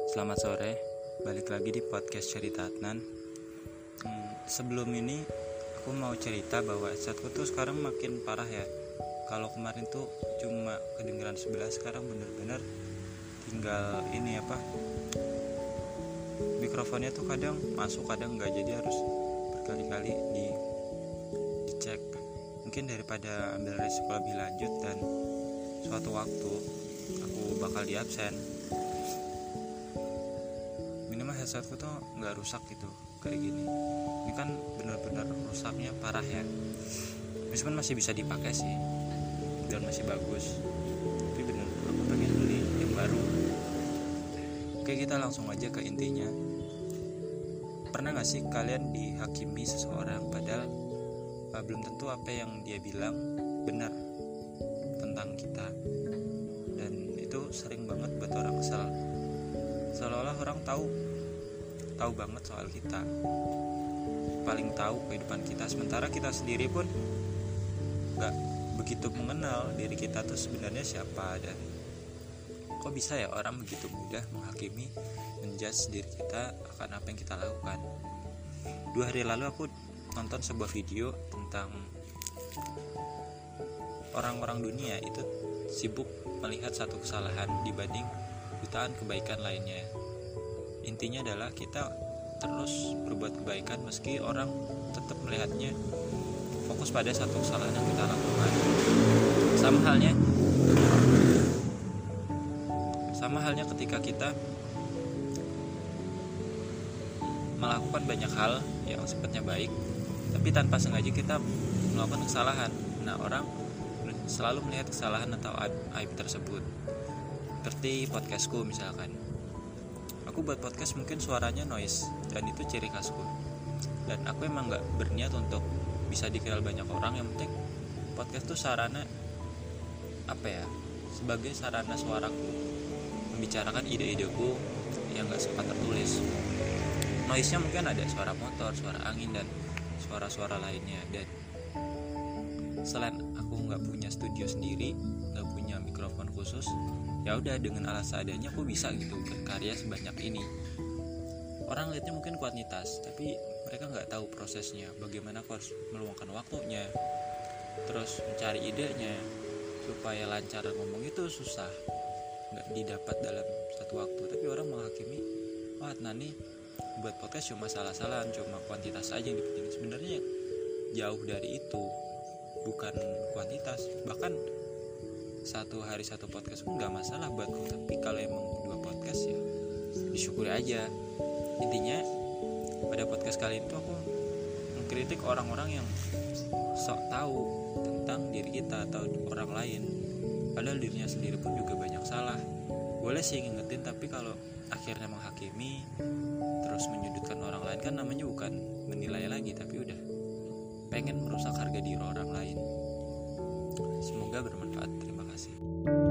Selamat sore, balik lagi di podcast Cerita Adnan. Sebelum ini aku mau cerita bahwa headsetku tuh sekarang makin parah ya. Kalau kemarin tuh cuma kedengeran sebelah, sekarang bener-bener tinggal ini mikrofonnya tuh kadang masuk kadang enggak, jadi harus berkali-kali dicek. Mungkin daripada ambil resiko lebih lanjut dan suatu waktu aku bakal di absen, minimal headsetku tuh nggak rusak gitu kayak gini. Ini kan benar-benar rusaknya parah ya, meskipun masih bisa dipakai sih dan masih bagus, tapi bener aku pengen beli yang baru. Oke, kita langsung aja ke intinya. Pernah gak sih kalian dihakimi seseorang padahal belum tentu apa yang dia bilang benar tentang kita, dan itu sering banget buat orang kesal, seolah-olah orang tahu banget soal kita, paling tahu kehidupan kita, sementara kita sendiri pun gak begitu mengenal diri kita tuh sebenarnya siapa. Dan kok bisa ya orang begitu mudah menghakimi, menjudge diri kita akan apa yang kita lakukan. 2 hari lalu aku nonton sebuah video tentang orang-orang dunia itu sibuk melihat satu kesalahan dibanding jutaan kebaikan lainnya. Intinya adalah kita terus berbuat kebaikan meski orang tetap melihatnya fokus pada satu kesalahan yang kita lakukan. Sama halnya ketika kita melakukan banyak hal yang sifatnya baik, tapi tanpa sengaja kita melakukan kesalahan. Nah, orang selalu melihat kesalahan atau aib tersebut. Seperti podcastku misalkan. Aku buat podcast mungkin suaranya noise, dan itu ciri khasku. Dan aku emang gak berniat untuk bisa dikenal banyak orang. Yang penting podcast tuh sarana sebagai sarana suaraku, membicarakan ide-ideku yang gak sempat tertulis. Noise-nya mungkin ada suara motor, suara angin, dan suara-suara lainnya. Dan selain aku gak punya studio sendiri, gak punya mikrofon khusus, ya udah dengan alat seadanya aku bisa gitu berkarya sebanyak ini. Orang lihatnya mungkin kuantitas, tapi mereka nggak tahu prosesnya, bagaimana aku harus meluangkan waktunya, terus mencari idenya supaya lancar ngomong itu susah, nggak didapat dalam satu waktu. Tapi orang menghakimi, wah Nani buat podcast cuma salah-salahan, cuma kuantitas aja yang dipentingin. Sebenarnya jauh dari itu, bukan kuantitas. Bahkan satu hari satu podcast pun gak masalah buatku, tapi kalau emang 2 podcast ya disyukuri aja. Intinya pada podcast kali itu aku mengkritik orang-orang yang sok tahu tentang diri kita atau orang lain, padahal dirinya sendiri pun juga banyak salah. Boleh sih ngingetin, tapi kalau akhirnya menghakimi terus menyudutkan orang lain, kan namanya bukan menilai lagi, tapi udah pengen merusak harga diri orang lain. Semoga bermanfaat. Terima kasih.